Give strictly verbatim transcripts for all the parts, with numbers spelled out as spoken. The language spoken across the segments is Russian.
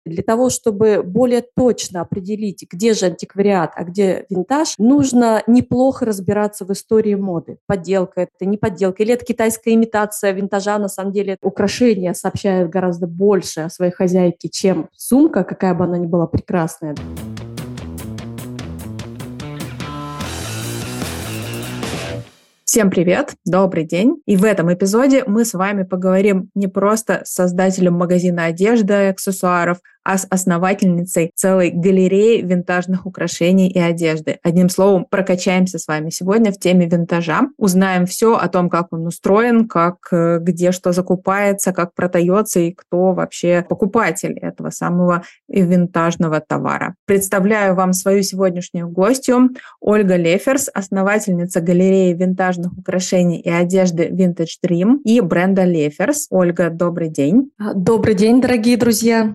Для того, чтобы более точно определить, где же антиквариат, а где винтаж, нужно неплохо разбираться в истории моды. Подделка это, не подделка, или это китайская имитация винтажа. На самом деле украшения сообщают гораздо больше о своей хозяйке, чем сумка, какая бы она ни была прекрасная. Всем привет, добрый день. И в этом эпизоде мы с вами поговорим не просто с создателем магазина одежды и аксессуаров, а с основательницей целой галереи винтажных украшений и одежды. Одним словом, прокачаемся с вами сегодня в теме винтажа, узнаем все о том, как он устроен, как, где что закупается, как продается и кто вообще покупатель этого самого винтажного товара. Представляю вам свою сегодняшнюю гостью Ольга Леферс, основательница галереи винтажных украшений и одежды Vintage Dream и бренда Леферс. Ольга, добрый день. Добрый день, дорогие друзья.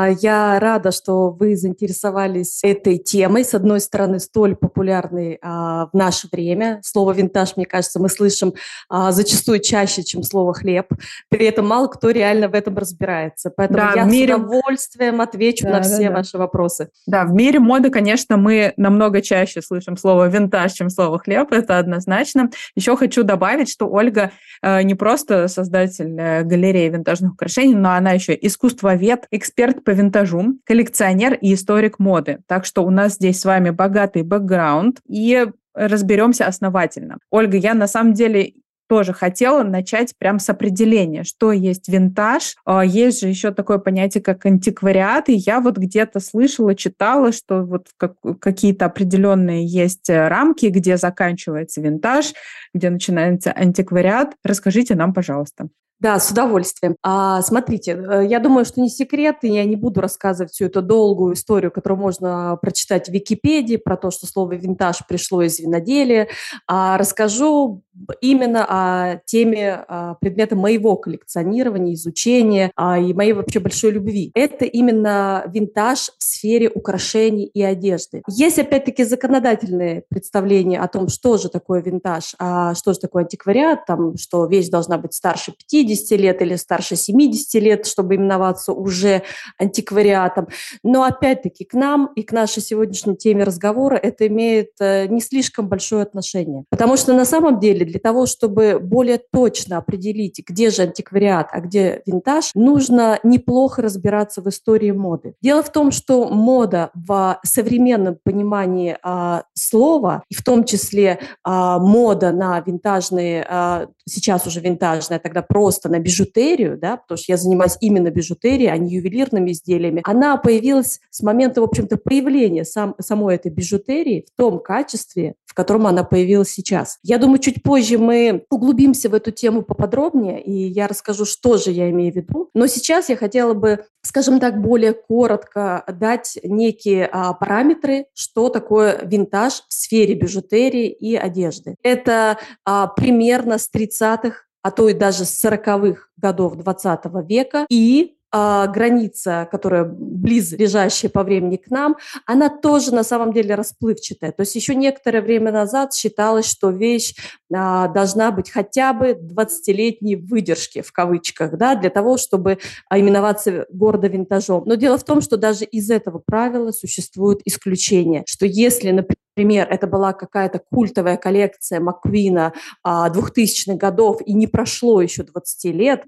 Я рада, что вы заинтересовались этой темой. С одной стороны, столь популярной а, в наше время. Слово «винтаж», мне кажется, мы слышим а, зачастую чаще, чем слово «хлеб». При этом мало кто реально в этом разбирается. Поэтому да, я мире... с удовольствием отвечу да, на все да, ваши да. вопросы. Да, в мире моды, конечно, мы намного чаще слышим слово «винтаж», чем слово «хлеб». Это однозначно. Еще хочу добавить, что Ольга э, не просто создатель э, галереи винтажных украшений, но она еще искусствовед, эксперт по винтажу, коллекционер и историк моды. Так что у нас здесь с вами богатый бэкграунд, и разберемся основательно. Ольга, я на самом деле тоже хотела начать прям с определения, что есть винтаж. Есть же еще такое понятие, как антиквариат, и я вот где-то слышала, читала, что вот как, какие-то определенные есть рамки, где заканчивается винтаж, где начинается антиквариат. Расскажите нам, пожалуйста. Да, с удовольствием. А, смотрите, я думаю, что не секрет, и я не буду рассказывать всю эту долгую историю, которую можно прочитать в Википедии, про то, что слово «винтаж» пришло из виноделия. А расскажу именно о теме а, предмета моего коллекционирования, изучения а, и моей вообще большой любви. Это именно винтаж в сфере украшений и одежды. Есть, опять-таки, законодательные представления о том, что же такое винтаж, а что же такое антиквариат, там, что вещь должна быть старше пятидесяти лет или старше семидесяти лет, чтобы именоваться уже антиквариатом. Но опять-таки к нам и к нашей сегодняшней теме разговора это имеет не слишком большое отношение. Потому что на самом деле для того, чтобы более точно определить, где же антиквариат, а где винтаж, нужно неплохо разбираться в истории моды. Дело в том, что мода в современном понимании а, слова, и в том числе а, мода на винтажные, а, сейчас уже винтажная, тогда просто на бижутерию, да, потому что я занимаюсь именно бижутерией, а не ювелирными изделиями, она появилась с момента, в общем-то, появления сам, самой этой бижутерии в том качестве, в котором она появилась сейчас. Я думаю, чуть позже мы углубимся в эту тему поподробнее, и я расскажу, что же я имею в виду. Но сейчас я хотела бы, скажем так, более коротко дать некие а, параметры, что такое винтаж в сфере бижутерии и одежды. Это а, примерно с тридцатых, а то и даже с сороковых годов двадцатого века, и а, граница, которая близлежащая по времени к нам, она тоже на самом деле расплывчатая. То есть еще некоторое время назад считалось, что вещь а, должна быть хотя бы двадцатилетней выдержки, в кавычках, да, для того, чтобы а, именоваться гордо винтажом. Но дело в том, что даже из этого правила существуют исключения, что если, например, Например, это была какая-то культовая коллекция Маккуина а, двухтысячных годов и не прошло еще двадцати лет,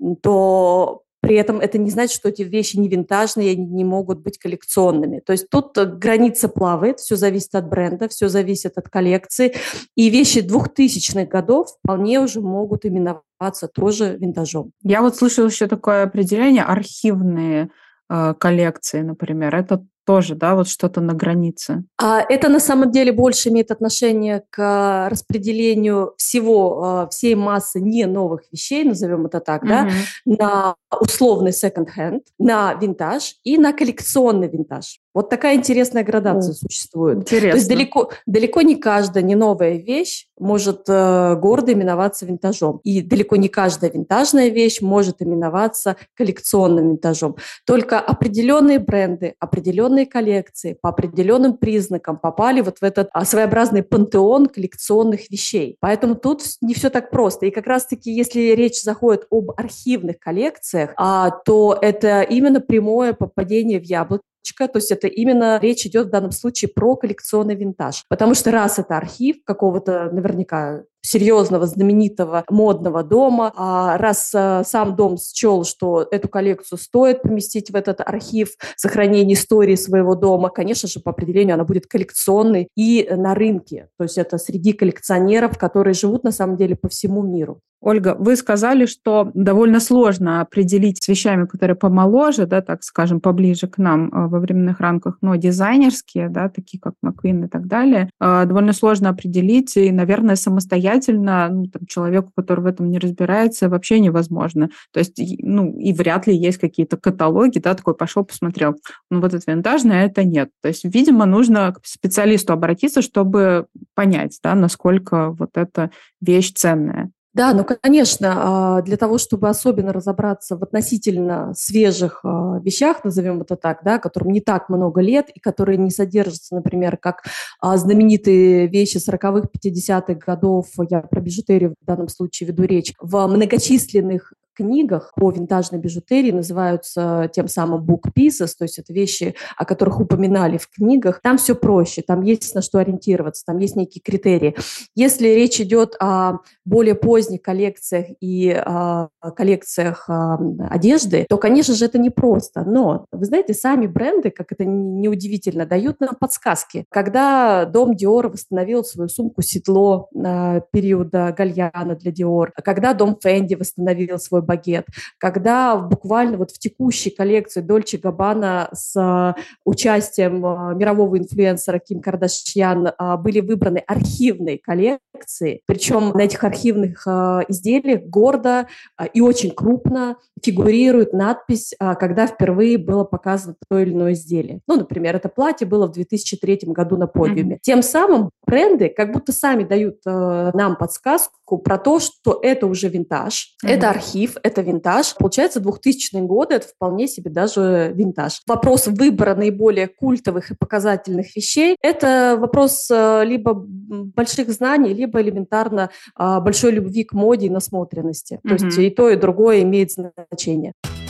то при этом это не значит, что эти вещи не винтажные, они не могут быть коллекционными. То есть тут граница плавает, все зависит от бренда, все зависит от коллекции. И вещи двухтысячных годов вполне уже могут именоваться тоже винтажом. Я вот слышала еще такое определение архивные э, коллекции, например. Это тоже, да, вот что-то на границе. А это на самом деле больше имеет отношение к распределению всего, всей массы не новых вещей, назовем это так, mm-hmm. да, на условный секонд-хенд, на винтаж и на коллекционный винтаж. Вот такая интересная градация О, существует. интересно. То есть далеко, далеко не каждая не новая вещь может э, гордо именоваться винтажом. И далеко не каждая винтажная вещь может именоваться коллекционным винтажом. Только определенные бренды, определенные коллекции по определенным признакам попали вот в этот а, своеобразный пантеон коллекционных вещей. Поэтому тут не все так просто. И как раз-таки, если речь заходит об архивных коллекциях, а, то это именно прямое попадение в яблоко. То есть это именно речь идет в данном случае про коллекционный винтаж. Потому что раз это архив какого-то наверняка серьезного, знаменитого, модного дома, а раз а, сам дом счел, что эту коллекцию стоит поместить в этот архив сохранения истории своего дома, конечно же, по определению она будет коллекционной и на рынке. То есть это среди коллекционеров, которые живут на самом деле по всему миру. Ольга, вы сказали, что довольно сложно определить с вещами, которые помоложе, да, так скажем, поближе к нам во временных рамках, но дизайнерские, да, такие как McQueen и так далее, довольно сложно определить, и, наверное, самостоятельно ну, там, человеку, который в этом не разбирается, вообще невозможно. То есть, ну, и вряд ли есть какие-то каталоги, да, такой пошел, посмотрел, ну, вот это винтажное, а это нет. То есть, видимо, нужно к специалисту обратиться, чтобы понять, да, насколько вот эта вещь ценная. Да, ну, конечно, для того, чтобы особенно разобраться в относительно свежих вещах, назовем это так, да, которым не так много лет и которые не содержатся, например, как знаменитые вещи сороковых, пятидесятых годов, я про бижутерию в данном случае веду речь, в многочисленных книгах по винтажной бижутерии называются тем самым book pieces, то есть это вещи, о которых упоминали в книгах. Там все проще, там есть на что ориентироваться, там есть некие критерии. Если речь идет о более поздних коллекциях и о коллекциях одежды, то, конечно же, это непросто. Но, вы знаете, сами бренды, как это неудивительно, дают нам подсказки. Когда дом Dior восстановил свою сумку Седло периода Гальяно для Dior, когда дом Fendi восстановил свой багет, когда буквально вот в текущей коллекции Dolce Gabbana с участием мирового инфлюенсера Ким Кардашьян были выбраны архивные коллекции, причем на этих архивных изделиях гордо и очень крупно фигурирует надпись, когда впервые было показано то или иное изделие. Ну, например, это платье было в две тысячи третьем году на подиуме. Mm-hmm. Тем самым бренды как будто сами дают нам подсказку про то, что это уже винтаж, mm-hmm. это архив, это винтаж. Получается, двухтысячные годы – это вполне себе даже винтаж. Вопрос выбора наиболее культовых и показательных вещей – это вопрос либо больших знаний, либо элементарно большой любви к моде и насмотренности. Mm-hmm. То есть и то, и другое имеет значение.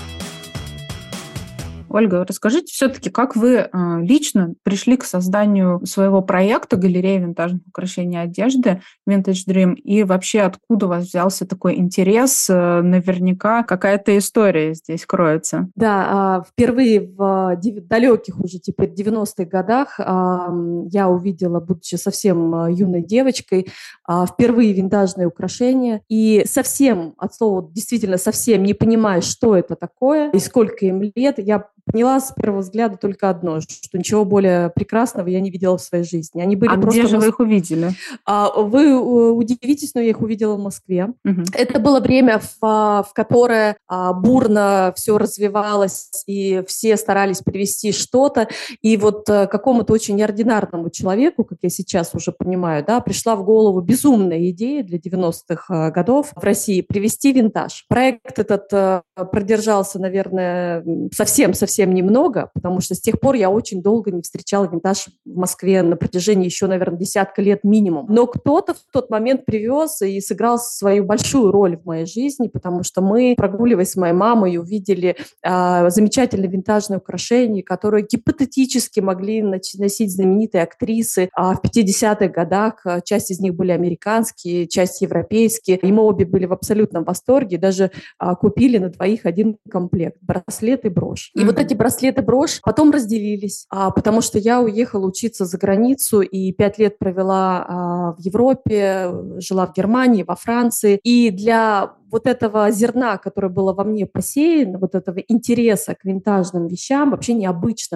Ольга, расскажите все-таки, как вы э, лично пришли к созданию своего проекта галереи винтажных украшений одежды Vintage Dream, и вообще откуда у вас взялся такой интерес? Э, наверняка какая-то история здесь кроется. Да, э, впервые в далеких уже теперь девяностых годах э, я увидела, будучи совсем юной девочкой, э, впервые винтажные украшения, и совсем, от слова действительно совсем не понимая, что это такое и сколько им лет, я поняла с первого взгляда только одно, что ничего более прекрасного я не видела в своей жизни. Они были а просто где же вы их увидели? Вы удивитесь, но я их увидела в Москве. Угу. Это было время, в, в которое бурно все развивалось, и все старались привести что-то. И вот какому-то очень неординарному человеку, как я сейчас уже понимаю, да, пришла в голову безумная идея для девяностых годов в России привести винтаж. Проект этот продержался, наверное, совсем-совсем немного, потому что с тех пор я очень долго не встречала винтаж в Москве на протяжении еще, наверное, десятка лет минимум. Но кто-то в тот момент привез и сыграл свою большую роль в моей жизни, потому что мы, прогуливаясь с моей мамой, увидели э, замечательные винтажные украшения, которые гипотетически могли носить знаменитые актрисы э, в пятидесятых годах. Часть из них были американские, часть европейские. И мы обе были в абсолютном восторге, даже э, купили на двоих один комплект – браслет и брошь. И mm-hmm. вот эти браслеты-брошь потом разделились, а, потому что я уехала учиться за границу и пять лет провела а, в Европе, жила в Германии, во Франции. И для вот этого зерна, которое было во мне посеяно, вот этого интереса к винтажным вещам, вообще необычным, в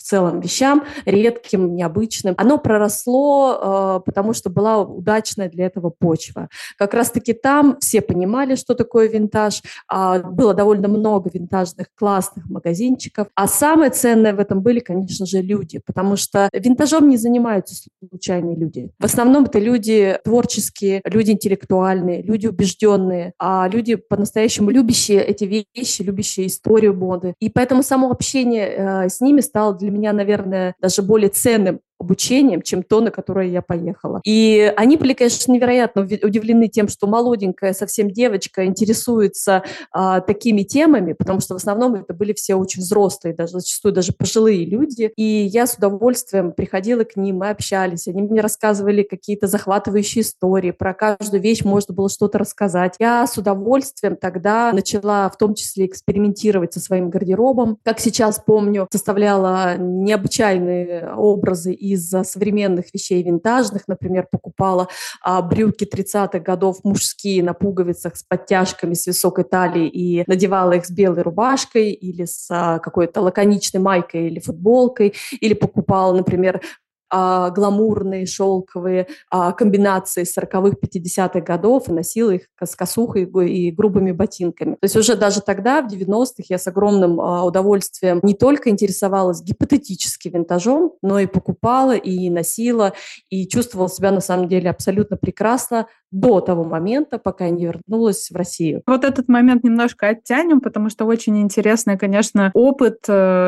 целом вещам, редким, необычным. Оно проросло, потому что была удачная для этого почва. Как раз-таки там все понимали, что такое винтаж. Было довольно много винтажных классных магазинчиков. А самое ценное в этом были, конечно же, люди, потому что винтажом не занимаются случайные люди. В основном это люди творческие, люди интеллектуальные, люди убежденные, а люди по-настоящему любящие эти вещи, любящие историю моды. И поэтому само общение э, с ними стало для меня, наверное, даже более ценным обучением, чем то, на которое я поехала. И они были, конечно, невероятно удивлены тем, что молоденькая совсем девочка интересуется а, такими темами, потому что в основном это были все очень взрослые, даже зачастую даже пожилые люди. И я с удовольствием приходила к ним, мы общались, они мне рассказывали какие-то захватывающие истории, про каждую вещь можно было что-то рассказать. Я с удовольствием тогда начала в том числе экспериментировать со своим гардеробом. Как сейчас помню, составляла необычайные образы из современных вещей винтажных, например, покупала а, брюки тридцатых годов мужские на пуговицах с подтяжками, с высокой талией и надевала их с белой рубашкой или с а, какой-то лаконичной майкой или футболкой, или покупала, например, а, гламурные шелковые а, комбинации сороковых, пятидесятых годов и носила их с косухой и грубыми ботинками. То есть уже даже тогда, в девяностых, я с огромным а, удовольствием не только интересовалась гипотетически винтажом, но и покупала, и носила, и чувствовала себя на самом деле абсолютно прекрасно до того момента, пока я не вернулась в Россию. Вот этот момент немножко оттянем, потому что очень интересный, конечно, опыт,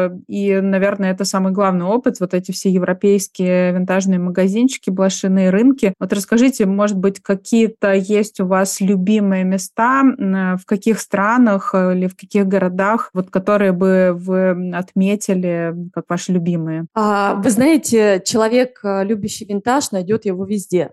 и, наверное, это самый главный опыт, вот эти все европейские винтажные магазинчики, блошиные рынки. Вот расскажите, может быть, какие-то есть у вас любимые места, в каких странах или в каких городах, вот которые бы вы отметили как ваши любимые? А, вы знаете, человек, любящий винтаж, найдет его везде.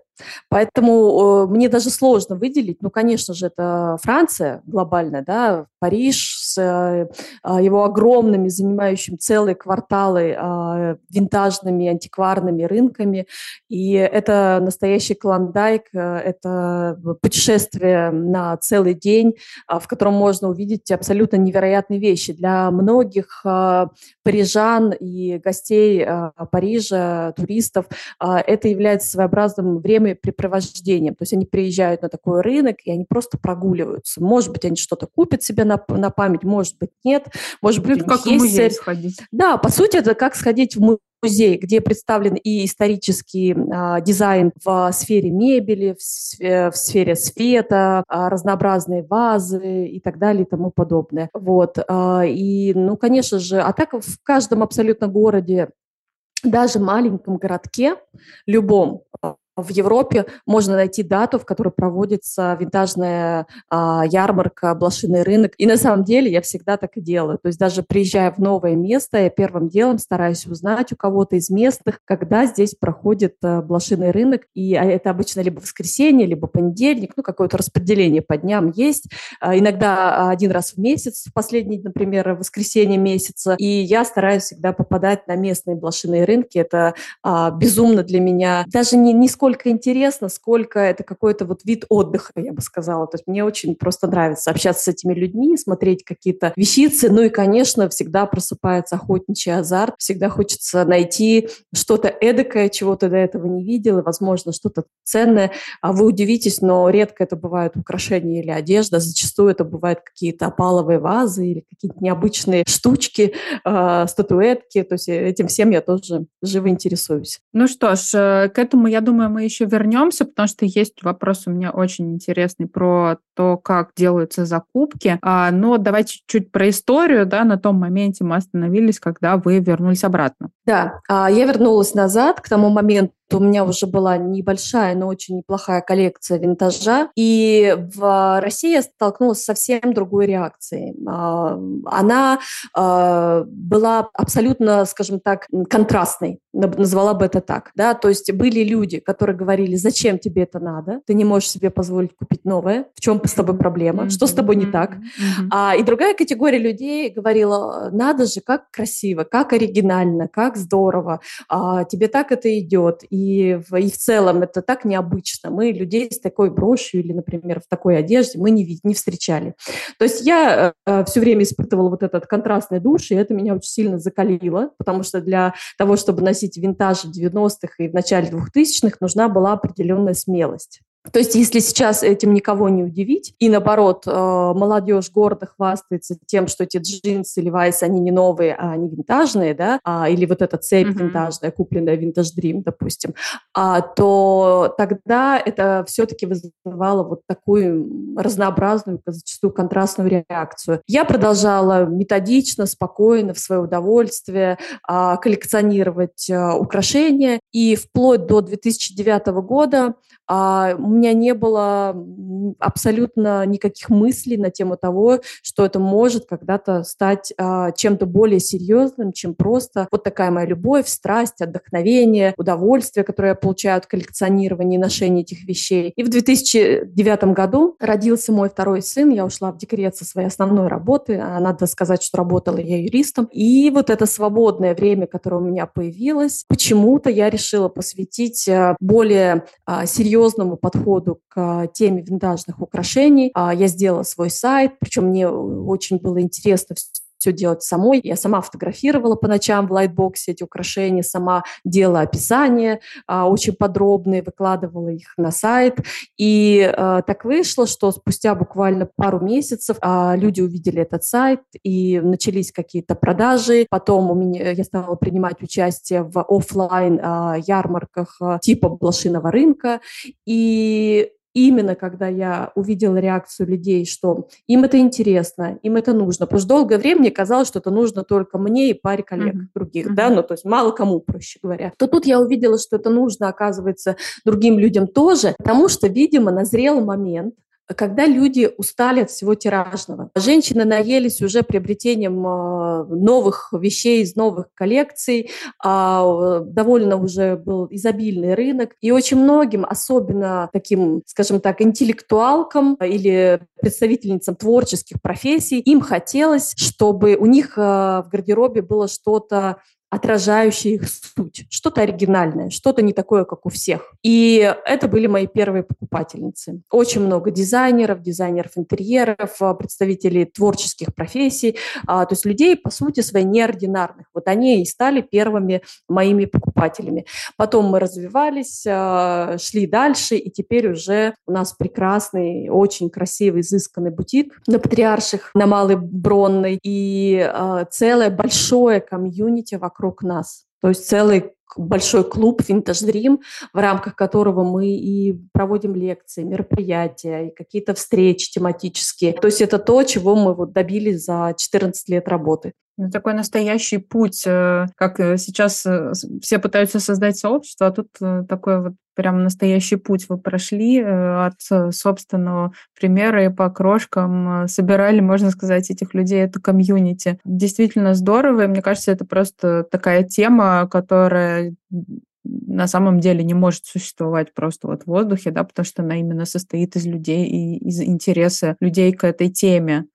Поэтому э, мне даже сложно выделить. Ну, конечно же, это Франция глобальная, да, Париж с э, его огромными, занимающими целые кварталы э, винтажными, антикварными рынками. И это настоящий клондайк, э, это путешествие на целый день, э, в котором можно увидеть абсолютно невероятные вещи. Для многих э, парижан и гостей э, Парижа, туристов, э, это является своеобразным временем времяпрепровождением. То есть они приезжают на такой рынок, и они просто прогуливаются. Может быть, они что-то купят себе на, на память, может быть, нет. Может быть, это как в музей сходить. Да, по сути, это как сходить в музей, где представлен и исторический а, дизайн в сфере мебели, в, сфере, в сфере света, а, разнообразные вазы и так далее и тому подобное. Вот. А, и, ну, конечно же, а так в каждом абсолютно городе, даже маленьком городке, любом, в Европе можно найти дату, в которой проводится винтажная а, ярмарка, блошиный рынок. И на самом деле я всегда так и делаю. То есть даже приезжая в новое место, я первым делом стараюсь узнать у кого-то из местных, когда здесь проходит а, блошиный рынок. И это обычно либо воскресенье, либо понедельник, ну, какое-то распределение по дням есть. А, иногда один раз в месяц, в последний, например, воскресенье месяца. И я стараюсь всегда попадать на местные блошиные рынки. Это а, безумно для меня даже не, не сколько сколько интересно, сколько это какой-то вот вид отдыха, я бы сказала. То есть мне очень просто нравится общаться с этими людьми, смотреть какие-то вещицы. Ну и, конечно, всегда просыпается охотничий азарт. Всегда хочется найти что-то эдакое, чего ты до этого не видел, и, возможно, что-то ценное. А вы удивитесь, но редко это бывают украшения или одежда. Зачастую это бывают какие-то опаловые вазы или какие-то необычные штучки, э, статуэтки. То есть этим всем я тоже живо интересуюсь. Ну что ж, к этому, я думаю, мы еще вернемся, потому что есть вопрос у меня очень интересный про то, как делаются закупки. Но давайте чуть-чуть про историю. Да, на том моменте мы остановились, когда вы вернулись обратно. Да, я вернулась назад. К тому моменту у меня уже была небольшая, но очень неплохая коллекция винтажа. И в России я столкнулась с совсем другой реакцией. Она была абсолютно, скажем так, контрастной. Назвала бы это так. Да? То есть были люди, которые говорили: зачем тебе это надо? Ты не можешь себе позволить купить новое. В чем с тобой проблема? Mm-hmm. Что с тобой не так? Mm-hmm. А, и другая категория людей говорила: надо же, как красиво, как оригинально, как так здорово, а, тебе так это идет, и в, и в целом это так необычно. Мы людей с такой брошью или, например, в такой одежде мы не, не встречали. То есть я э, все время испытывала вот этот контрастный душ, и это меня очень сильно закалило, потому что для того, чтобы носить винтаж в девяностых и в начале двухтысячных, нужна была определенная смелость. То есть если сейчас этим никого не удивить, и наоборот, молодежь гордо хвастается тем, что эти джинсы Levi's, они не новые, а они винтажные, да, а, или вот эта цепь mm-hmm. винтажная, купленная Vintage Dream, допустим, а, то тогда это все-таки вызывало вот такую разнообразную, зачастую контрастную реакцию. Я продолжала методично, спокойно, в свое удовольствие а, коллекционировать а, украшения, и вплоть до две тысячи девятого года а, у меня не было абсолютно никаких мыслей на тему того, что это может когда-то стать а, чем-то более серьезным, чем просто вот такая моя любовь, страсть, отдохновение, удовольствие, которое я получаю от коллекционирования и ношения этих вещей. И в две тысячи девятом году родился мой второй сын, я ушла в декрет со своей основной работы, а надо сказать, что работала я юристом. И вот это свободное время, которое у меня появилось, почему-то я решила посвятить более а, серьезному подходу к теме винтажных украшений. Я сделала свой сайт, причем мне очень было интересно все делать самой. Я сама фотографировала по ночам в лайтбоксе эти украшения, сама делала описания очень подробные, выкладывала их на сайт. И так вышло, что спустя буквально пару месяцев люди увидели этот сайт, и начались какие-то продажи. Потом у меня, я стала принимать участие в офлайн ярмарках типа блошиного рынка. И именно когда я увидела реакцию людей, что им это интересно, им это нужно, потому что долгое время мне казалось, что это нужно только мне и паре коллег mm-hmm. других, mm-hmm. да, ну, то есть мало кому, проще говоря, то тут я увидела, что это нужно, оказывается, другим людям тоже, потому что, видимо, назрел момент, когда люди устали от всего тиражного. Женщины наелись уже приобретением новых вещей из новых коллекций, довольно уже был изобильный рынок, и очень многим, особенно таким, скажем так, интеллектуалкам или представительницам творческих профессий, им хотелось, чтобы у них в гардеробе было что-то отражающее их суть, что-то оригинальное, что-то не такое, как у всех. И это были мои первые покупательницы. Очень много дизайнеров, дизайнеров интерьеров, представителей творческих профессий, то есть людей, по сути своей, неординарных. Вот они и стали первыми моими покупателями. Потом мы развивались, шли дальше, и теперь уже у нас прекрасный, очень красивый, изысканный бутик на Патриарших, на Малой Бронной, и целое большое комьюнити вокруг нас. То есть целый большой клуб Vintage Dream, в рамках которого мы и проводим лекции, мероприятия, и какие-то встречи тематические. То есть это то, чего мы вот добились за четырнадцать лет работы. Такой настоящий путь, как сейчас все пытаются создать сообщество, а тут такой вот прям настоящий путь вы прошли от собственного примера и по крошкам собирали, можно сказать, этих людей, это комьюнити. Действительно здорово, и мне кажется, это просто такая тема, которая на самом деле не может существовать просто вот в воздухе, да, потому что она именно состоит из людей и из интереса людей к этой теме.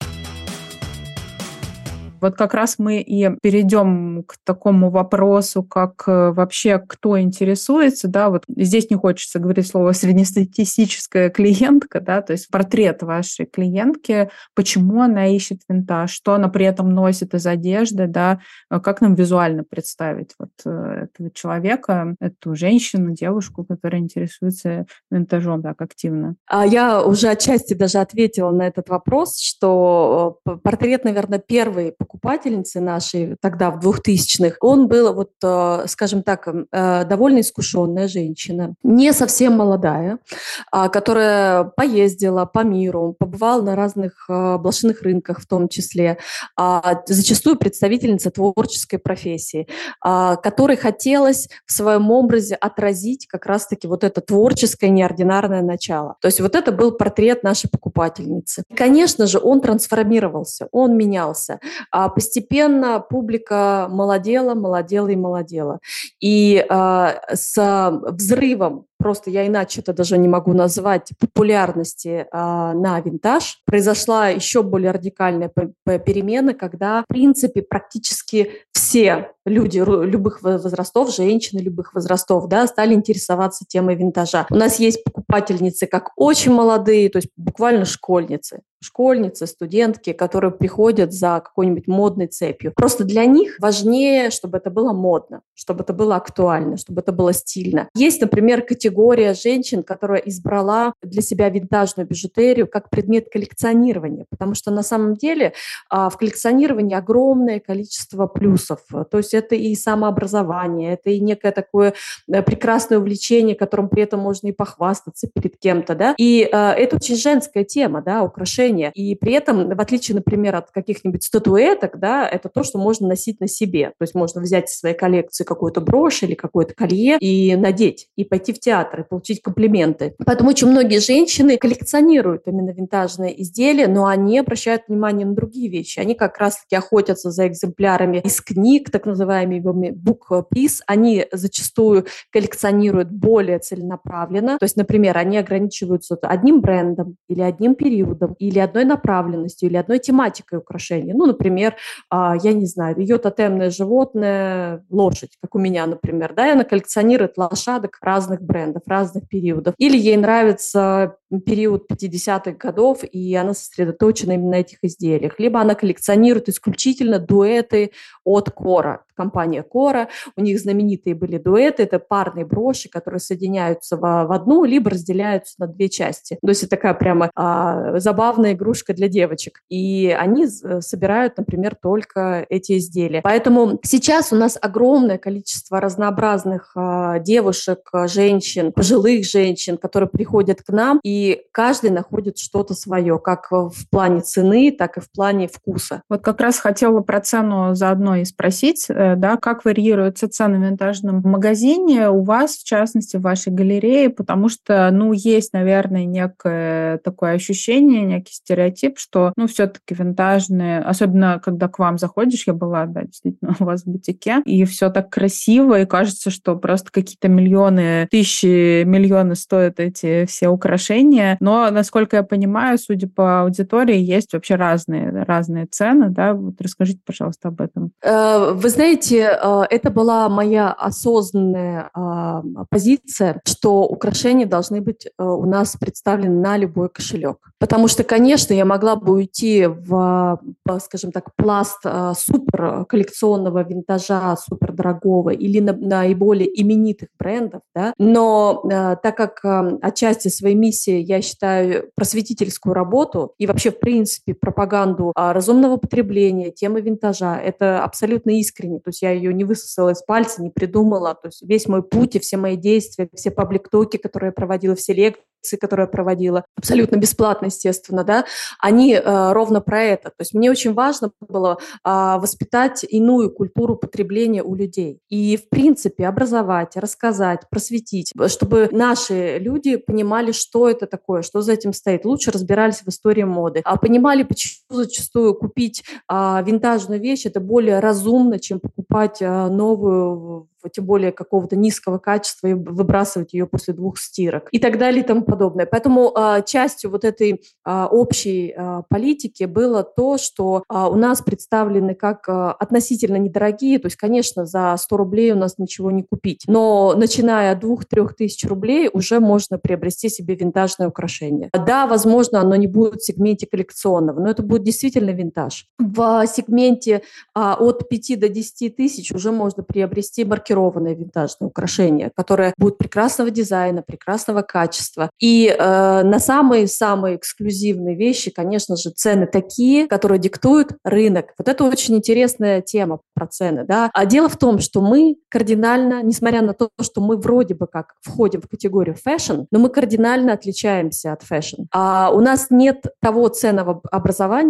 Вот как раз мы и перейдем к такому вопросу, как вообще кто интересуется, да, вот здесь не хочется говорить слово среднестатистическая клиентка, да, то есть портрет вашей клиентки, почему она ищет винтаж, что она при этом носит из одежды, да, как нам визуально представить вот этого человека, эту женщину, девушку, которая интересуется винтажом так активно. Я уже отчасти даже ответила на этот вопрос, что портрет, наверное, первый покупательницы нашей тогда в двухтысячных, он был, вот, скажем так, довольно искушенная женщина, не совсем молодая, которая поездила по миру, побывала на разных блошиных рынках в том числе, зачастую представительница творческой профессии, которой хотелось в своем образе отразить как раз-таки вот это творческое неординарное начало. То есть вот это был портрет нашей покупательницы. Конечно же, он трансформировался, он менялся. А постепенно публика молодела, молодела и молодела. И а, с взрывом, просто я иначе это даже не могу назвать, популярности а, на винтаж, произошла еще более радикальная п- п- перемена, когда, в принципе, практически все люди ру- любых во- возрастов, женщины любых возрастов, да, стали интересоваться темой винтажа. У нас есть покупательницы как очень молодые, то есть буквально школьницы, школьницы, студентки, которые приходят за какой-нибудь модной цепью. Просто для них важнее, чтобы это было модно, чтобы это было актуально, чтобы это было стильно. Есть, например, категория женщин, которая избрала для себя винтажную бижутерию как предмет коллекционирования, потому что на самом деле а, в коллекционировании огромное количество плюсов. То есть это и самообразование, это и некое такое э, прекрасное увлечение, которым при этом можно и похвастаться перед кем-то, да. И э, это очень женская тема, да, украшения. И при этом, в отличие, например, от каких-нибудь статуэток, да, это то, что можно носить на себе. То есть можно взять из своей коллекции какую-то брошь или какое-то колье и надеть, и пойти в театр, и получить комплименты. Поэтому очень многие женщины коллекционируют именно винтажные изделия, но они обращают внимание на другие вещи. Они как раз-таки охотятся за экземплярами из книг, так называемыми book piece. Они зачастую коллекционируют более целенаправленно. То есть, например, они ограничиваются одним брендом или одним периодом, или одной направленностью, или одной тематикой украшения. Ну, например, а, я не знаю, ее тотемное животное – лошадь, как у меня, например, да, и она коллекционирует лошадок разных брендов, разных периодов. Или ей нравится период пятидесятых годов, и она сосредоточена именно на этих изделиях. Либо она коллекционирует исключительно дуэты от Кора. Компания Кора, у них знаменитые были дуэты, это парные броши, которые соединяются в, в одну, либо разделяются на две части. То есть это такая прямо а, забавная игрушка для девочек. И они собирают, например, только эти изделия. Поэтому сейчас у нас огромное количество разнообразных а, девушек, женщин, пожилых женщин, которые приходят к нам, и каждый находит что-то свое, как в плане цены, так и в плане вкуса. Вот как раз хотела про цену заодно и спросить, да, как варьируются цены в винтажном магазине у вас, в частности, в вашей галерее, потому что, ну, есть, наверное, некое такое ощущение, некий стереотип, что, ну, все-таки винтажные, особенно когда к вам заходишь, я была, да, действительно, у вас в бутике, и все так красиво, и кажется, что просто какие-то миллионы, тысячи, миллионы стоят эти все украшения, но, насколько я понимаю, судя по аудитории, есть вообще разные, разные цены, да, вот расскажите, пожалуйста, об этом. Вы знаете, это была моя осознанная позиция, что украшения должны быть у нас представлены на любой кошелек. Потому что, конечно, я могла бы уйти в, скажем так, пласт супер коллекционного винтажа, супер дорогого или на наиболее именитых брендов, да? Но так как отчасти своей миссией я считаю просветительскую работу и вообще, в принципе, пропаганду разумного потребления, темы винтажа, это абсолютно искренне. То есть я ее не высосала из пальца, не придумала. То есть весь мой путь и все мои действия, все паблик-токи, которые я проводила, все лекции, которые я проводила, абсолютно бесплатно, естественно, да, они э, ровно про это. То есть мне очень важно было э, воспитать иную культуру потребления у людей. И, в принципе, образовать, рассказать, просветить, чтобы наши люди понимали, что это такое, что за этим стоит, лучше разбирались в истории моды, а понимали, почему зачастую купить э, винтажную вещь – это более разумно, чем покупать э, новую, тем более какого-то низкого качества, и выбрасывать ее после двух стирок и так далее и тому подобное. Поэтому э, частью вот этой э, общей э, политики было то, что э, у нас представлены как э, относительно недорогие, то есть, конечно, за сто рублей у нас ничего не купить, но начиная от двух-трех тысяч рублей уже можно приобрести себе винтажное украшение. Да, возможно, оно не будет в сегменте коллекционного, но это будет действительно винтаж. В сегменте э, от пяти до десяти тысяч уже можно приобрести маркировку маркированное винтажное украшение, которое будет прекрасного дизайна, прекрасного качества. И э, на самые-самые эксклюзивные вещи, конечно же, цены такие, которые диктует рынок. Вот это очень интересная тема про цены. Да? А дело в том, что мы кардинально, несмотря на то, что мы вроде бы как входим в категорию фэшн, но мы кардинально отличаемся от фэшн. А у нас нет того ценного образования,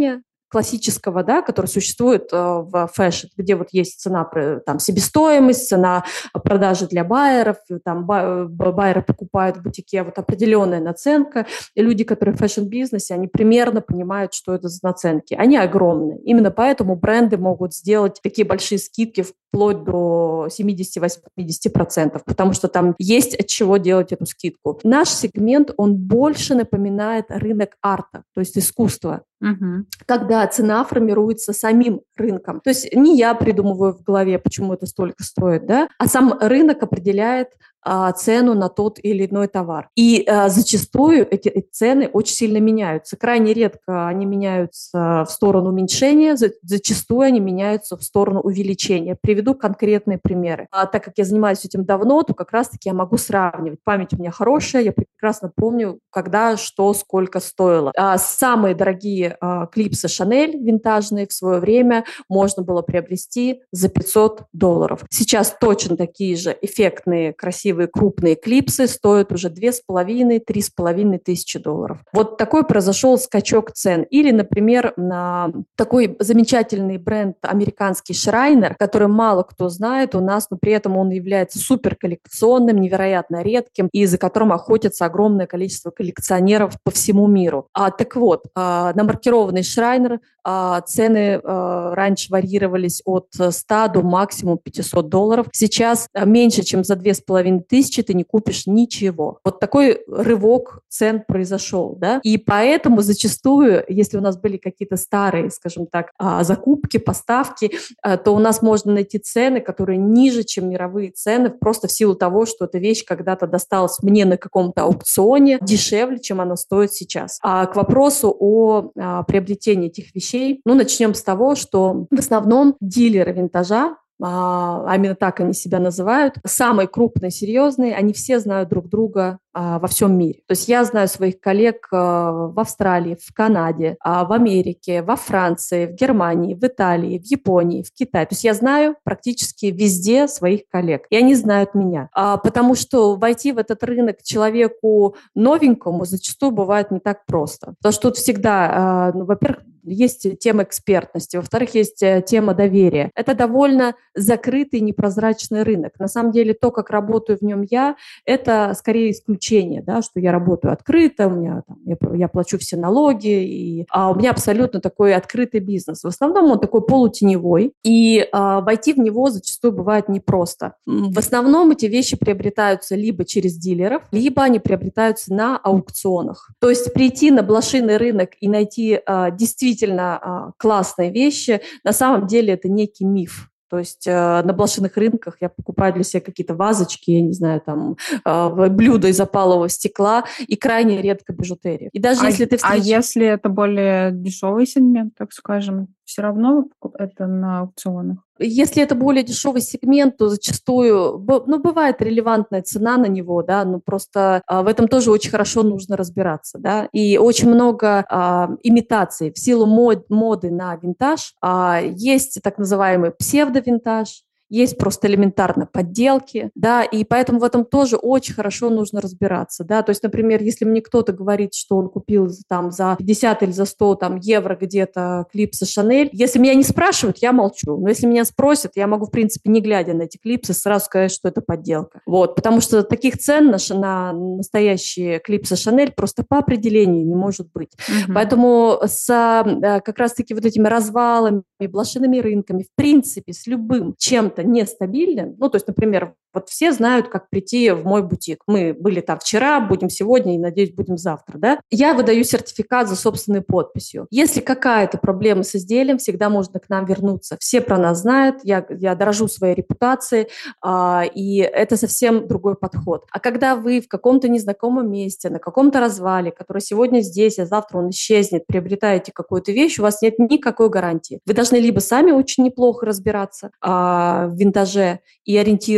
классического, да, который существует э, в фэшн, где вот есть цена, там, себестоимость, цена продажи для байеров, там байеры покупают в бутике, вот определенная наценка, и люди, которые в фэшн-бизнесе, они примерно понимают, что это за наценки. Они огромные. Именно поэтому бренды могут сделать такие большие скидки вплоть до семьдесят-восемьдесят процентов, потому что там есть от чего делать эту скидку. Наш сегмент, он больше напоминает рынок арта, то есть искусства. Угу. Когда цена формируется самим рынком. То есть не я придумываю в голове, почему это столько стоит, да, а сам рынок определяет а, цену на тот или иной товар. И а, зачастую эти, эти цены очень сильно меняются. Крайне редко они меняются в сторону уменьшения, за, зачастую они меняются в сторону увеличения. Приведу конкретные примеры. А, так как я занимаюсь этим давно, то как раз-таки я могу сравнивать. Память у меня хорошая, я прекрасно помню, когда, что, сколько стоило. А, самые дорогие а, клипсы Шанель винтажные в свое время можно было приобрести за пятьсот долларов. Сейчас точно такие же эффектные, красивые, крупные клипсы стоят уже две с половиной, три с половиной тысячи долларов. Вот такой произошел скачок цен. Или, например, на такой замечательный бренд американский Шрайнер, который мало кто знает у нас, но при этом он является суперколлекционным, невероятно редким, и за которым охотятся огромное количество коллекционеров по всему миру. А, так вот, а, на маркированный Шрайнер а, цены а, раньше варьировались от ста до максимум пятисот долларов. Сейчас а, меньше, чем за две с половиной тысячи ты не купишь ничего. Вот такой рывок цен произошел, да, и поэтому зачастую, если у нас были какие-то старые, скажем так, а, закупки, поставки, а, то у нас можно найти цены, которые ниже, чем мировые цены, просто в силу того, что эта вещь когда-то досталась мне на каком-то аукционе дешевле, чем она стоит сейчас. А к вопросу о а, приобретении этих вещей, ну, начнем с того, что в основном дилеры винтажа, а именно так они себя называют, самые крупные, серьезные, они все знают друг друга а, во всем мире. То есть я знаю своих коллег а, в Австралии, в Канаде, а, в Америке, во Франции, в Германии, в Италии, в Японии, в Китае. То есть я знаю практически везде своих коллег, и они знают меня. А, потому что войти в этот рынок человеку новенькому зачастую бывает не так просто. Потому что тут всегда, а, ну, во-первых, есть тема экспертности, во-вторых, есть тема доверия. Это довольно закрытый, непрозрачный рынок. На самом деле, то, как работаю в нем я, это скорее исключение, да, что я работаю открыто, у меня, там, я, я плачу все налоги, и, а у меня абсолютно такой открытый бизнес. В основном он такой полутеневой, и а, войти в него зачастую бывает непросто. В основном эти вещи приобретаются либо через дилеров, либо они приобретаются на аукционах. То есть прийти на блошиный рынок и найти а, действительно действительно классные вещи, на самом деле это некий миф. То есть э, на блошиных рынках я покупаю для себя какие-то вазочки, я не знаю, там, э, блюда из опалового стекла и крайне редко бижутерию. И даже а, если ты встреч... а если это более дешевый сегмент, так скажем, все равно это на аукционах? Если это более дешевый сегмент, то зачастую, ну, бывает релевантная цена на него, да, но просто а, в этом тоже очень хорошо нужно разбираться, да, и очень много а, имитаций в силу мод, моды на винтаж. А, есть так называемый псевдовинтаж, есть просто элементарно подделки, да, и поэтому в этом тоже очень хорошо нужно разбираться, да, то есть, например, если мне кто-то говорит, что он купил там за пятьдесят или за сто там, евро где-то клипсы Шанель, если меня не спрашивают, я молчу, но если меня спросят, я могу, в принципе, не глядя на эти клипсы, сразу сказать, что это подделка, вот, потому что таких цен на, на настоящие клипсы Шанель просто по определению не может быть, mm-hmm. Поэтому с как раз-таки вот этими развалами, блошиными рынками, в принципе, с любым чем-то нестабильным, ну, то есть, например, вот все знают, как прийти в мой бутик. Мы были там вчера, будем сегодня и, надеюсь, будем завтра, да? Я выдаю сертификат за собственной подписью. Если какая-то проблема с изделием, всегда можно к нам вернуться. Все про нас знают, я, я дорожу своей репутацией, а, и это совсем другой подход. А когда вы в каком-то незнакомом месте, на каком-то развале, который сегодня здесь, а завтра он исчезнет, приобретаете какую-то вещь, у вас нет никакой гарантии. Вы должны либо сами очень неплохо разбираться а, в винтаже и ориентироваться,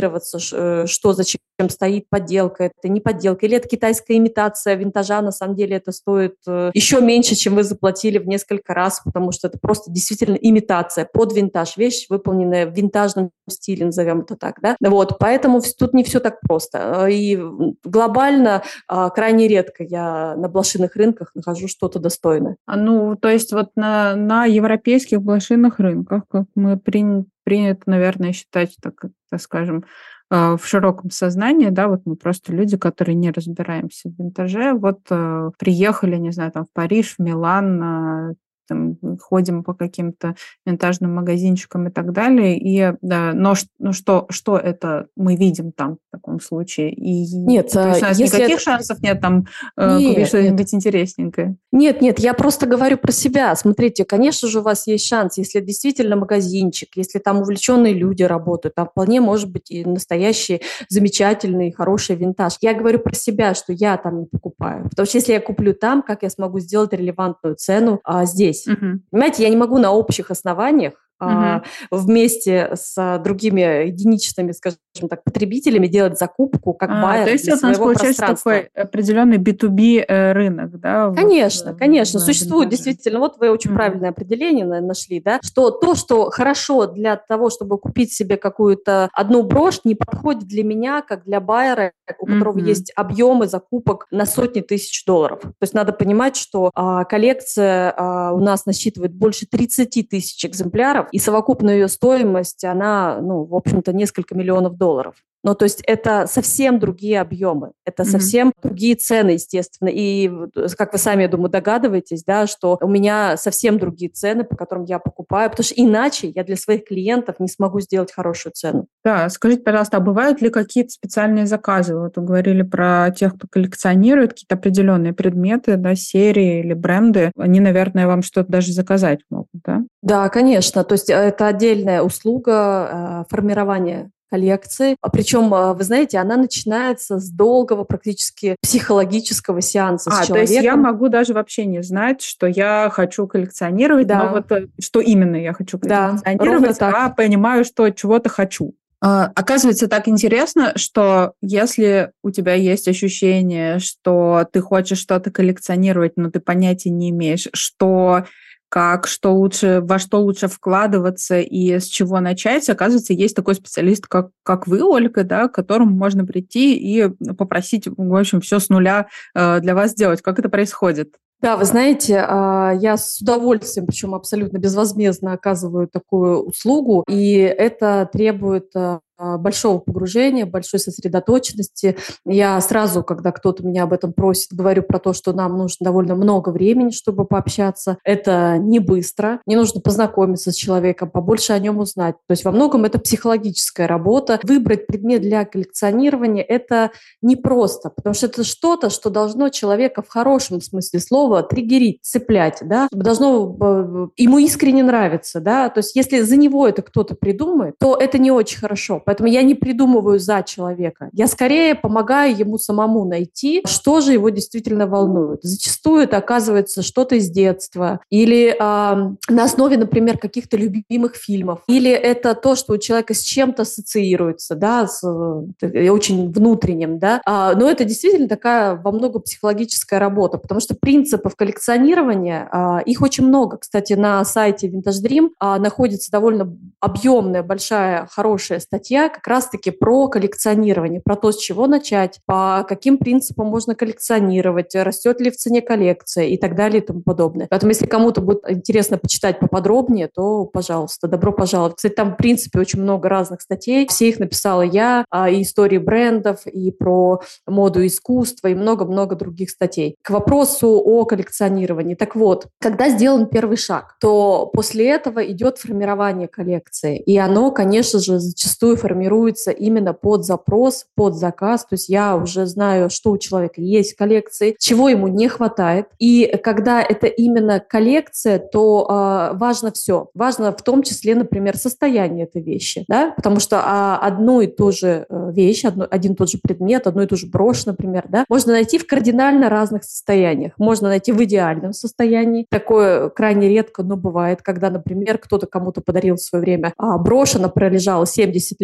э, что зачем стоит, подделка это, не подделка, или это китайская имитация винтажа, на самом деле это стоит э, еще меньше, чем вы заплатили в несколько раз, потому что это просто действительно имитация под винтаж, вещь, выполненная в винтажном стиле, назовем это так, да, вот, поэтому вс- тут не все так просто, и глобально а, крайне редко я на блошиных рынках нахожу что-то достойное. А, Ну, то есть вот на, на европейских блошиных рынках, как мы прин- принято, наверное, считать, так, как, так скажем, э, в широком сознании, да, вот мы просто люди, которые не разбираемся в винтаже, вот э, приехали, не знаю, там в Париж, в Милан, э, там, ходим по каким-то винтажным магазинчикам и так далее, и, да, но ш- ну, что, что это мы видим там в таком случае? И, Нет, то а, есть у нас если никаких это... шансов нет там э, купить Нет, нет. что-нибудь интересненькое. Нет, нет, я просто говорю про себя. Смотрите, конечно же, у вас есть шанс, если действительно магазинчик, если там увлеченные люди работают, там вполне может быть и настоящий замечательный, хороший винтаж. Я говорю про себя, что я там не покупаю. Потому что если я куплю там, как я смогу сделать релевантную цену а, здесь? Мгм. Понимаете, я не могу на общих основаниях а, Мгм. вместе с а, другими единичными, скажем так, потребителями делать закупку как А, то байер есть для это у нас своего получается пространства. такой определенный би ту би э, рынок, да, вот э, Конечно, конечно, в существует винтаже. действительно, вот вы очень Мгм. правильное определение на- нашли, да, что то, что хорошо для того, чтобы купить себе какую-то одну брошь, не подходит для меня, как для байера, у которого Мгм. есть объемы закупок на сотни тысяч долларов. То есть надо понимать, что а, коллекция а, у нас насчитывает больше тридцать тысяч экземпляров, и совокупная ее стоимость, она, ну, в общем-то, несколько миллионов долларов. Ну, то есть это совсем другие объемы, это Мгм. совсем другие цены, естественно. И, вот, э, как вы сами, я думаю, догадываетесь, да, что у меня совсем другие цены, по которым я покупаю, потому что иначе я для своих клиентов не смогу сделать хорошую цену. Да, скажите, пожалуйста, а бывают ли какие-то специальные заказы? Вот вы говорили про тех, кто коллекционирует какие-то определенные предметы, да, серии или бренды. Они, наверное, вам что-то даже заказать могут, да? Да, конечно. То есть э, это отдельная услуга э, формирования коллекции. А Причем, э, вы знаете, она начинается с долгого практически психологического сеанса с А, то есть я человеком. могу даже вообще не знать, что я хочу коллекционировать, но Да, вот э, что именно я хочу да, ровно коллекционировать, так. а понимаю, что чего-то хочу. А, Оказывается, так интересно, что если у тебя есть ощущение, что ты хочешь что-то коллекционировать, но ты понятия не имеешь, что, как, что лучше, во что лучше вкладываться и с чего начать, оказывается, есть такой специалист, как, как вы, Ольга, да, к которому можно прийти и попросить, в общем, все с нуля э, для вас сделать. Как это происходит? Да, вы знаете, а, я с удовольствием, причем абсолютно безвозмездно оказываю такую услугу, и это требует а, а, большого погружения, большой сосредоточенности. Я сразу, когда кто-то меня об этом просит, говорю про то, что нам нужно довольно много времени, чтобы пообщаться. Это не быстро, не нужно познакомиться с человеком, побольше о нем узнать. То есть во многом это психологическая работа. Выбрать предмет для коллекционирования – это непросто, потому что это что-то, что должно человека в хорошем смысле слова триггерить, цеплять, да, должно э, ему искренне нравиться, да, то есть если за него это кто-то придумает, то это не очень хорошо, поэтому я не придумываю за человека, я скорее помогаю ему самому найти, что же его действительно волнует. Зачастую это оказывается что-то из детства, или а, на основе, например, каких-то любимых фильмов, или это то, что у человека с чем-то ассоциируется, да, с э, очень внутренним, да, а, но это действительно такая во многом психологическая работа, потому что принципов коллекционирования, а, их очень много. Кстати, на сайте Vintage Dream а, находится довольно объемная, большая, хорошая статья как раз-таки про коллекционирование, про то, с чего начать, по каким принципам можно коллекционировать, растет ли в цене коллекция и так далее и тому подобное. Поэтому, если кому-то будет интересно почитать поподробнее, то, пожалуйста, добро пожаловать. Кстати, там, в принципе, очень много разных статей. Все их написала я, а, и истории брендов, и про моду и искусство, и много-много других статей. К вопросу о коллекционировании. Так вот, когда сделан первый шаг, то после этого идет формирование коллекции. И оно, конечно же, зачастую формируется именно под запрос, под заказ. То есть я уже знаю, что у человека есть в коллекции, чего ему не хватает. И когда это именно коллекция, то э, важно все. Важно в том числе, например, состояние этой вещи. Да? Потому что а, одну и ту же вещь, одну, один и тот же предмет, одну и ту же брошь, например, да, можно найти в кардинально разных состояниях. Можно найти в идеальном состоянии. Такое крайне редко, но бывает, когда, например, кто-то кому-то подарил в свое время а, брошь, она пролежала семьдесят лет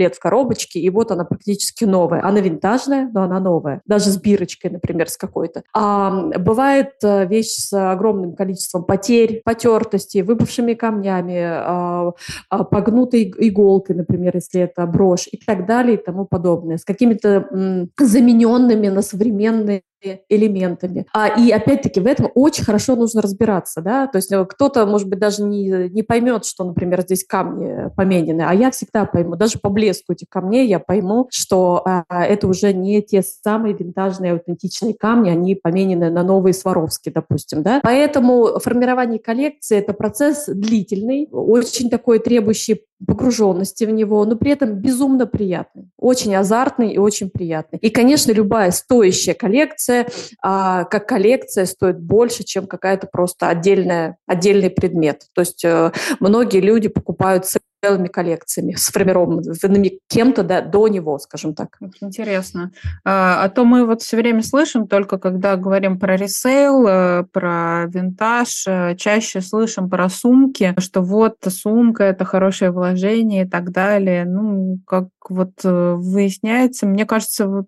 лет в коробочке, и вот она практически новая. Она винтажная, но она новая. Даже с бирочкой, например, с какой-то. А бывает вещь с огромным количеством потерь, потертостей, выпавшими камнями, а, а, погнутой иголкой, например, если это брошь, и так далее, и тому подобное. С какими-то м, замененными на современные элементами. А, и опять-таки в этом очень хорошо нужно разбираться, да, то есть кто-то, может быть, даже не, не поймет, что, например, здесь камни поменены, а я всегда пойму, даже по блеску этих камней я пойму, что а, это уже не те самые винтажные, аутентичные камни, они поменены на новые Сваровски, допустим, да. Поэтому формирование коллекции – это процесс длительный, очень такой требующий погруженности в него, но при этом безумно приятный, очень азартный и очень приятный. И, конечно, любая стоящая коллекция, а, как коллекция, стоит больше, чем какая-то просто отдельная, отдельный предмет. То есть э, многие люди покупают целыми коллекциями, сформированными кем-то да, до него, скажем так. Интересно. А, а то мы вот все время слышим, только когда говорим про ресейл, про винтаж, чаще слышим про сумки, что вот сумка – это хорошее вложение и так далее. Ну, как вот выясняется, мне кажется, вот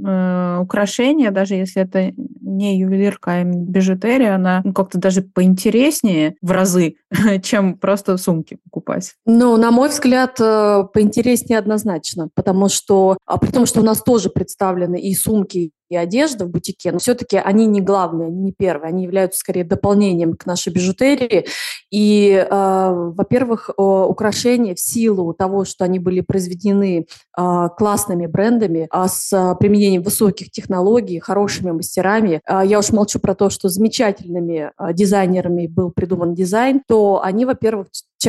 украшения, даже если это не ювелирка, а именно бижутерия, она ну, как-то даже поинтереснее в разы, чем просто сумки покупать. Ну, на мой взгляд, поинтереснее однозначно, потому что, а при том, что у нас тоже представлены и сумки, и одежда в бутике, но все-таки они не главные, они не первые, они являются скорее дополнением к нашей бижутерии. И, э, во-первых, э, украшения в силу того, что они были произведены э, классными брендами, а с применением высоких технологий, хорошими мастерами, э, я уж молчу про то, что замечательными э, дизайнерами был придуман дизайн, то они, во-первых,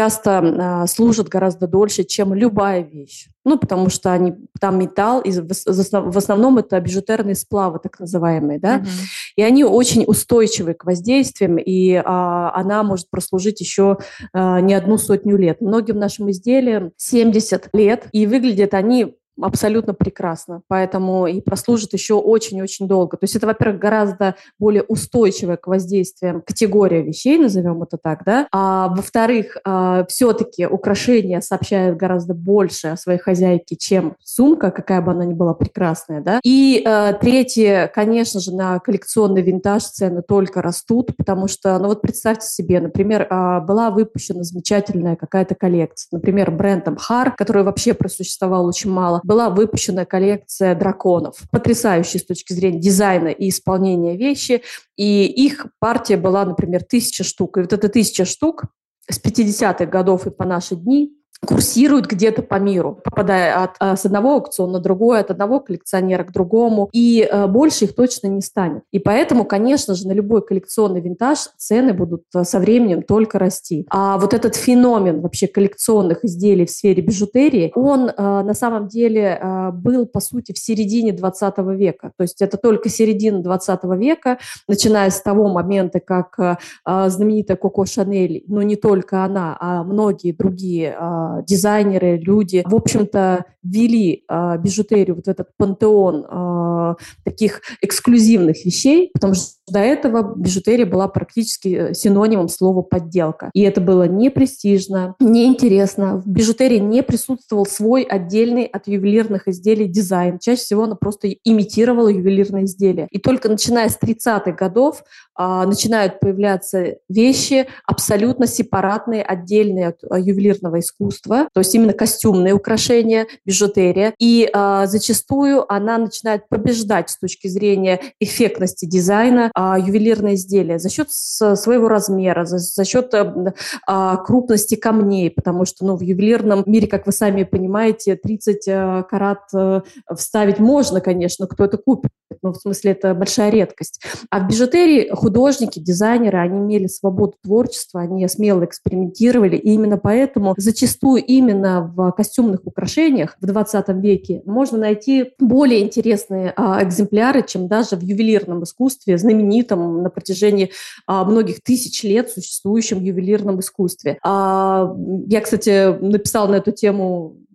часто э, служат гораздо дольше, чем любая вещь. Ну, потому что они, там металл, и в основном это бижутерные сплавы, так называемые, да, uh-huh. и они очень устойчивы к воздействиям, и а, она может прослужить еще а, не одну сотню лет. Многим нашим изделиям семьдесят лет, и выглядят они абсолютно прекрасно, поэтому и прослужит еще очень-очень долго. То есть это, во-первых, гораздо более устойчивая к воздействиям категория вещей, назовем это так, да, а во-вторых, все-таки украшения сообщают гораздо больше о своей хозяйке, чем сумка, какая бы она ни была прекрасная, да. И третье, конечно же, на коллекционный винтаж цены только растут, потому что, ну вот представьте себе, например, была выпущена замечательная какая-то коллекция, например, брендом Хар, который вообще просуществовал очень мало, была выпущена коллекция драконов. Потрясающая с точки зрения дизайна и исполнения вещи. И их партия была, например, тысяча штук. И вот эта тысяча штук с пятидесятых годов и по наши дни курсируют где-то по миру, попадая от, а, с одного аукциона на другой, от одного коллекционера к другому, и а, больше их точно не станет. И поэтому, конечно же, на любой коллекционный винтаж цены будут а, со временем только расти. А вот этот феномен вообще коллекционных изделий в сфере бижутерии, он а, на самом деле а, был, по сути, в середине двадцатого века. То есть это только середина двадцатого века, начиная с того момента, как а, знаменитая Коко Шанель, но не только она, а многие другие а, дизайнеры, люди, в общем-то, ввели э, бижутерию, вот в этот пантеон э, таких эксклюзивных вещей, потому что до этого бижутерия была практически синонимом слова «подделка». И это было не престижно, не интересно. В бижутерии не присутствовал свой отдельный от ювелирных изделий дизайн. Чаще всего она просто имитировала ювелирные изделия. И только начиная с тридцатых годов э, начинают появляться вещи абсолютно сепаратные, отдельные от э, ювелирного искусства, то есть именно костюмные украшения, бижутерия. И э, зачастую она начинает побеждать с точки зрения эффектности дизайна э, ювелирные изделия за счет с, своего размера, за, за счет э, э, крупности камней, потому что ну, в ювелирном мире, как вы сами понимаете, тридцать э, карат э, вставить можно, конечно, кто это купит, но в смысле это большая редкость. А в бижутерии художники, дизайнеры, они имели свободу творчества, они смело экспериментировали, и именно поэтому зачастую именно в костюмных украшениях в двадцатом веке можно найти более интересные а, экземпляры, чем даже в ювелирном искусстве, знаменитом на протяжении а, многих тысяч лет существующем ювелирном искусстве. А, я, кстати, написала на эту тему работу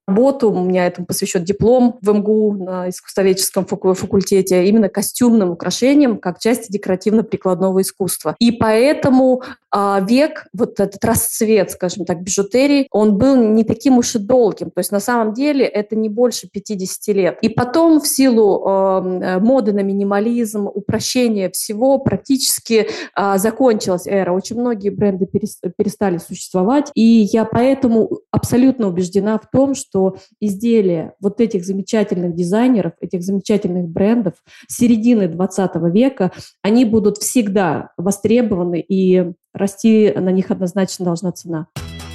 работу, у меня этому посвящен диплом в эм гэ у на искусствоведческом факультете, именно костюмным украшениям как части декоративно-прикладного искусства. И поэтому а, век, вот этот расцвет, скажем так, бижутерии, он был не таким уж и долгим. То есть на самом деле это не больше пятьдесят лет. И потом в силу э, моды на минимализм, упрощения всего, практически э, закончилась эра. Очень многие бренды перестали существовать. И я поэтому абсолютно убеждена в том, что что изделия вот этих замечательных дизайнеров, этих замечательных брендов середины двадцатого века, они будут всегда востребованы, и расти на них однозначно должна цена.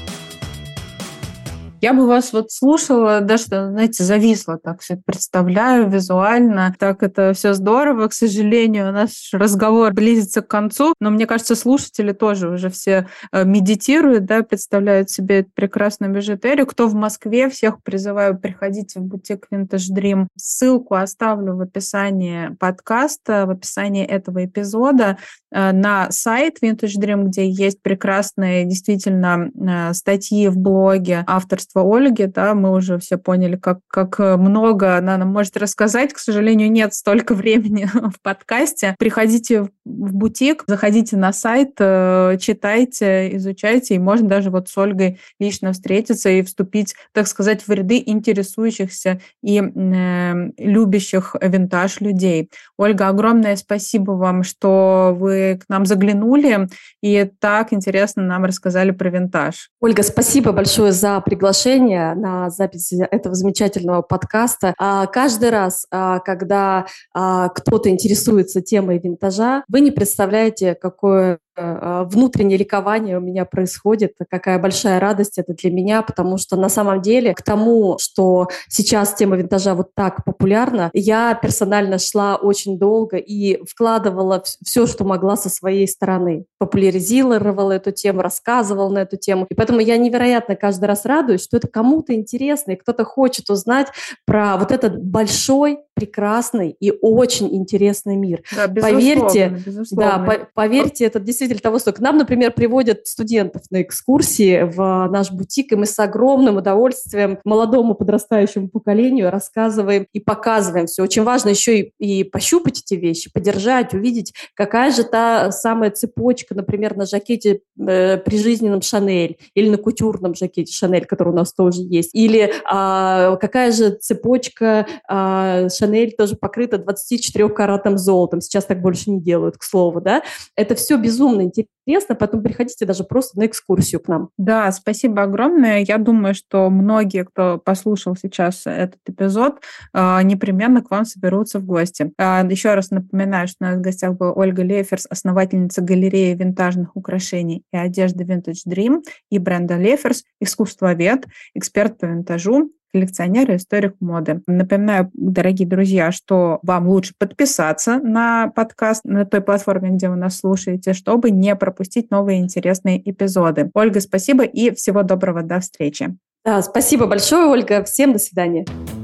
Я бы вас вот слушала, даже, знаете, зависла так все представляю визуально. Так это все здорово. К сожалению, наш разговор близится к концу, но мне кажется, слушатели тоже уже все медитируют, да, представляют себе эту прекрасную бижутерию. Кто в Москве, всех призываю, приходите в бутик Vintage Dream. Ссылку оставлю в описании подкаста, в описании этого эпизода на сайт Vintage Dream, где есть прекрасные действительно статьи в блоге авторства Ольги, да, мы уже все поняли, как, как много она нам может рассказать. К сожалению, нет столько времени в подкасте. Приходите в бутик, заходите на сайт, читайте, изучайте, и можно даже вот с Ольгой лично встретиться и вступить, так сказать, в ряды интересующихся и э, любящих винтаж людей. Ольга, огромное спасибо вам, что вы к нам заглянули и так интересно нам рассказали про винтаж. Ольга, спасибо большое за приглашение на запись этого замечательного подкаста. Каждый раз, когда кто-то интересуется темой винтажа, вы не представляете, какое внутреннее ликование у меня происходит, какая большая радость это для меня, потому что на самом деле к тому, что сейчас тема винтажа вот так популярна, я персонально шла очень долго и вкладывала все, что могла со своей стороны. Популяризировала эту тему, рассказывала на эту тему. И поэтому я невероятно каждый раз радуюсь, что это кому-то интересно, и кто-то хочет узнать про вот этот большой, прекрасный и очень интересный мир. Да, безусловно, поверьте, безусловно. Да, по- поверьте, это действительно того стоит. К нам, например, приводят студентов на экскурсии в наш бутик, и мы с огромным удовольствием молодому подрастающему поколению рассказываем и показываем все. Очень важно еще и, и пощупать эти вещи, подержать, увидеть, какая же та самая цепочка, например, на жакете э, прижизненном Шанель или на кутюрном жакете Шанель, который у нас тоже есть, или а, какая же цепочка а, Шанель тоже покрыта двадцать четыре каратным золотом. Сейчас так больше не делают, к слову, да. Это все безумно интересно, поэтому приходите даже просто на экскурсию к нам. Да, спасибо огромное. Я думаю, что многие, кто послушал сейчас этот эпизод, непременно к вам соберутся в гости. Еще раз напоминаю, что у нас в гостях была Ольга Леферс, основательница галереи винтажных украшений и одежды Vintage Dream и бренда Леферс, искусствовед, эксперт по винтажу, коллекционер и историк моды. Напоминаю, дорогие друзья, что вам лучше подписаться на подкаст на той платформе, где вы нас слушаете, чтобы не пропустить новые интересные эпизоды. Ольга, спасибо и всего доброго. До встречи. Да, спасибо большое, Ольга. Всем до свидания.